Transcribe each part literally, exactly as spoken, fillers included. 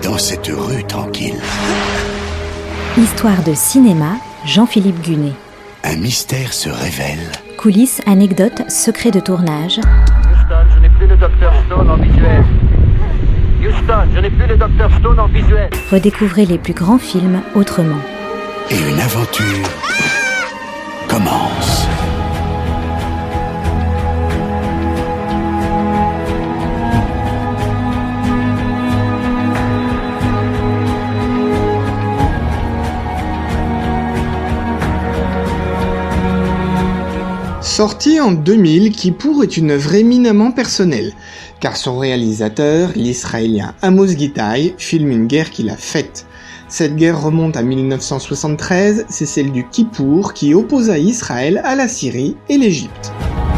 dans cette rue tranquille. Histoire de cinéma, Jean-Philippe Gunet. Un mystère se révèle. Coulisses, anecdotes, secrets de tournage. Houston, je n'ai plus le docteur Stone en visuel. Houston, je n'ai plus le docteur Stone en visuel. Redécouvrez les plus grands films autrement. Et une aventure commence. Sorti en deux mille, Kippour est une œuvre éminemment personnelle, car son réalisateur, l'Israélien Amos Gitaï, filme une guerre qu'il a faite. Cette guerre remonte à mille neuf cent soixante-treize, c'est celle du Kippour qui opposa Israël à la Syrie et l'Égypte.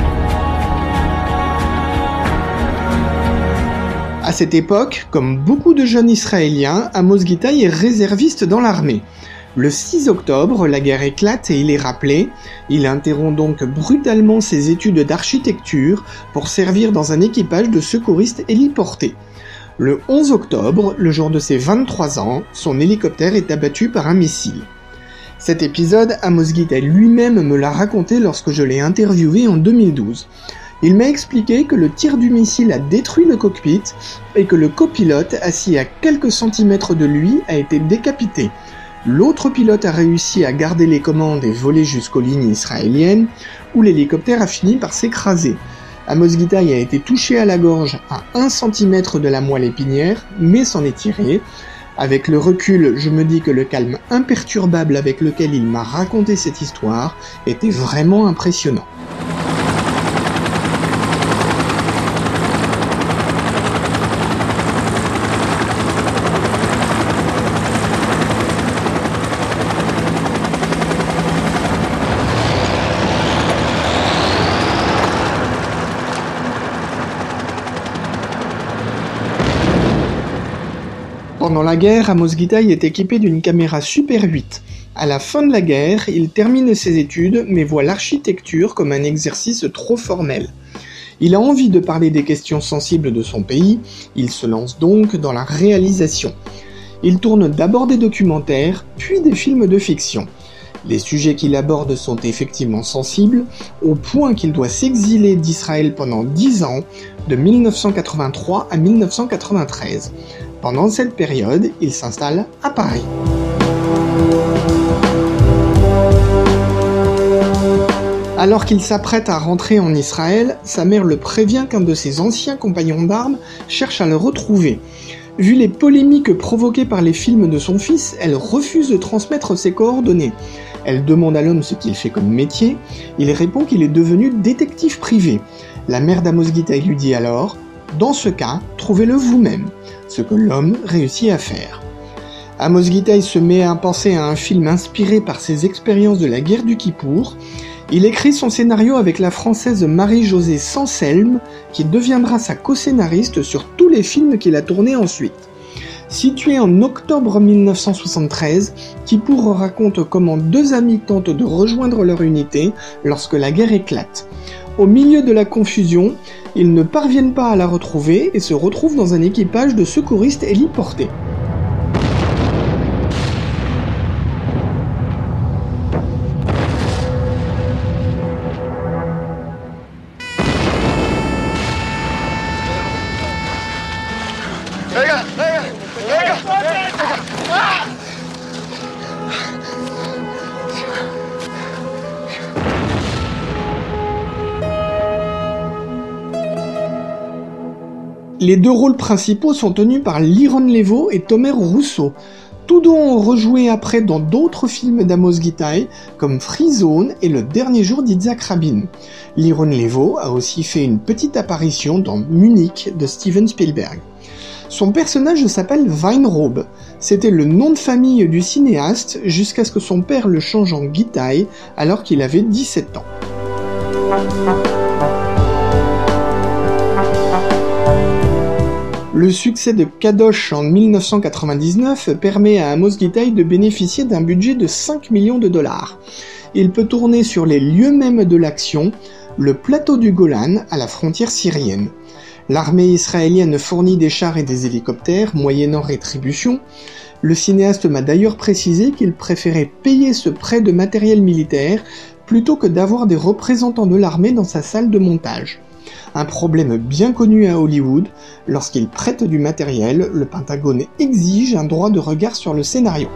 À cette époque, comme beaucoup de jeunes Israéliens, Amos Gitaï est réserviste dans l'armée. Le six octobre, la guerre éclate et il est rappelé. Il interrompt donc brutalement ses études d'architecture pour servir dans un équipage de secouristes héliportés. Le onze octobre, le jour de ses vingt-trois ans, son hélicoptère est abattu par un missile. Cet épisode, Amos Gitaï lui-même me l'a raconté lorsque je l'ai interviewé en deux mille douze. Il m'a expliqué que le tir du missile a détruit le cockpit et que le copilote, assis à quelques centimètres de lui, a été décapité. L'autre pilote a réussi à garder les commandes et voler jusqu'aux lignes israéliennes, où l'hélicoptère a fini par s'écraser. Amos Gitaï a été touché à la gorge à un centimètre de la moelle épinière, mais s'en est tiré. Avec le recul, je me dis que le calme imperturbable avec lequel il m'a raconté cette histoire était vraiment impressionnant. Pendant la guerre, Amos Gitaï est équipé d'une caméra Super huit. À la fin de la guerre, il termine ses études, mais voit l'architecture comme un exercice trop formel. Il a envie de parler des questions sensibles de son pays, il se lance donc dans la réalisation. Il tourne d'abord des documentaires, puis des films de fiction. Les sujets qu'il aborde sont effectivement sensibles, au point qu'il doit s'exiler d'Israël pendant dix ans, de mille neuf cent quatre-vingt-trois à mille neuf cent quatre-vingt-treize. Pendant cette période, il s'installe à Paris. Alors qu'il s'apprête à rentrer en Israël, sa mère le prévient qu'un de ses anciens compagnons d'armes cherche à le retrouver. Vu les polémiques provoquées par les films de son fils, elle refuse de transmettre ses coordonnées. Elle demande à l'homme ce qu'il fait comme métier. Il répond qu'il est devenu détective privé. La mère d'Amos Gitaï lui dit alors « Dans ce cas, trouvez-le vous-même », ce que l'homme réussit à faire. Amos Gitaï se met à penser à un film inspiré par ses expériences de la guerre du Kippour. Il écrit son scénario avec la française Marie-Josée Sanselme, qui deviendra sa co-scénariste sur tous les films qu'il a tournés ensuite. Situé en octobre mille neuf cent soixante-treize, Kippour raconte comment deux amis tentent de rejoindre leur unité lorsque la guerre éclate. Au milieu de la confusion, ils ne parviennent pas à la retrouver et se retrouvent dans un équipage de secouristes héliportés. Les deux rôles principaux sont tenus par Liron Levo et Tomer Rousseau. Tous deux ont rejoué après dans d'autres films d'Amos Gitaï, comme Free Zone et Le Dernier Jour d'Yitzhak Rabin. Liron Levo a aussi fait une petite apparition dans Munich de Steven Spielberg. Son personnage s'appelle Weinraub. C'était le nom de famille du cinéaste jusqu'à ce que son père le change en Gitaï alors qu'il avait dix-sept ans. Le succès de Kadosh en mille neuf cent quatre-vingt-dix-neuf permet à Amos Gitaï de bénéficier d'un budget de cinq millions de dollars. Il peut tourner sur les lieux mêmes de l'action, le plateau du Golan à la frontière syrienne. L'armée israélienne fournit des chars et des hélicoptères, moyennant rétribution. Le cinéaste m'a d'ailleurs précisé qu'il préférait payer ce prêt de matériel militaire plutôt que d'avoir des représentants de l'armée dans sa salle de montage. Un problème bien connu à Hollywood, lorsqu'il prête du matériel, le Pentagone exige un droit de regard sur le scénario.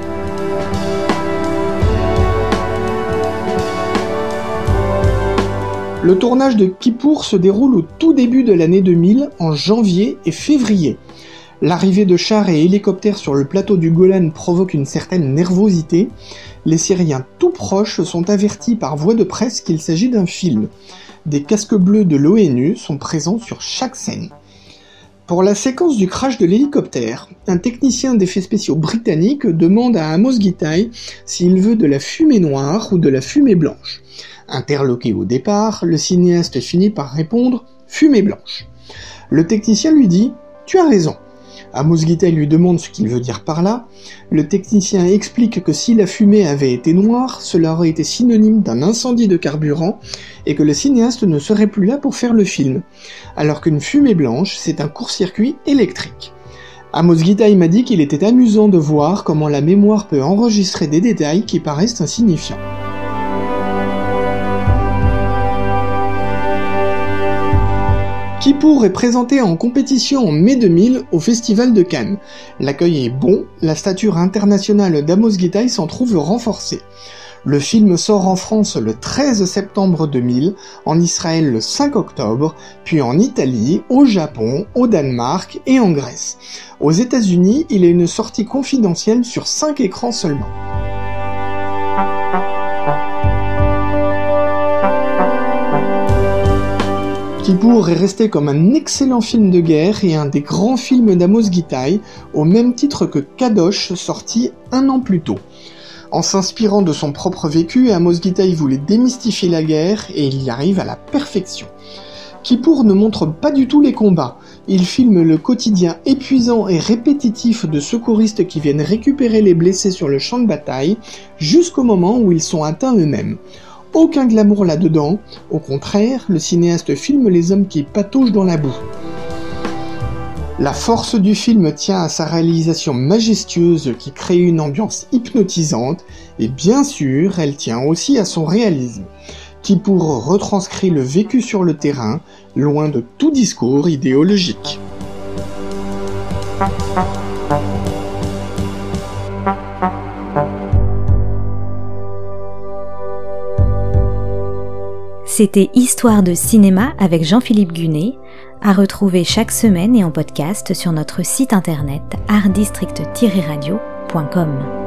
Le tournage de Kippour se déroule au tout début de l'année deux mille, en janvier et février. L'arrivée de chars et hélicoptères sur le plateau du Golan provoque une certaine nervosité. Les Syriens tout proches sont avertis par voie de presse qu'il s'agit d'un film. Des casques bleus de l'ONU sont présents sur chaque scène. Pour la séquence du crash de l'hélicoptère, un technicien d'effets spéciaux britannique demande à Amos Gitaï s'il veut de la fumée noire ou de la fumée blanche. Interloqué au départ, le cinéaste finit par répondre « fumée blanche ». Le technicien lui dit « tu as raison ». Amos Gitaï lui demande ce qu'il veut dire par là. Le technicien explique que si la fumée avait été noire, cela aurait été synonyme d'un incendie de carburant et que le cinéaste ne serait plus là pour faire le film, alors qu'une fumée blanche, c'est un court-circuit électrique. Amos Gitaï m'a dit qu'il était amusant de voir comment la mémoire peut enregistrer des détails qui paraissent insignifiants. Kippour est présenté en compétition en mai deux mille au Festival de Cannes. L'accueil est bon, la stature internationale d'Amos Gitaï s'en trouve renforcée. Le film sort en France le treize septembre deux mille, en Israël le cinq octobre, puis en Italie, au Japon, au Danemark et en Grèce. Aux États-Unis, il a une sortie confidentielle sur cinq écrans seulement. Kippour est resté comme un excellent film de guerre et un des grands films d'Amos Gitaï, au même titre que Kadosh, sorti un an plus tôt. En s'inspirant de son propre vécu, Amos Gitaï voulait démystifier la guerre et il y arrive à la perfection. Kippour ne montre pas du tout les combats, il filme le quotidien épuisant et répétitif de secouristes qui viennent récupérer les blessés sur le champ de bataille, jusqu'au moment où ils sont atteints eux-mêmes. Aucun glamour là-dedans, au contraire, le cinéaste filme les hommes qui patauchent dans la boue. La force du film tient à sa réalisation majestueuse qui crée une ambiance hypnotisante, et bien sûr, elle tient aussi à son réalisme. Kippour retranscrit le vécu sur le terrain, loin de tout discours idéologique. C'était Histoire de cinéma avec Jean-Philippe Gunet, à retrouver chaque semaine et en podcast sur notre site internet art district tiret radio point com.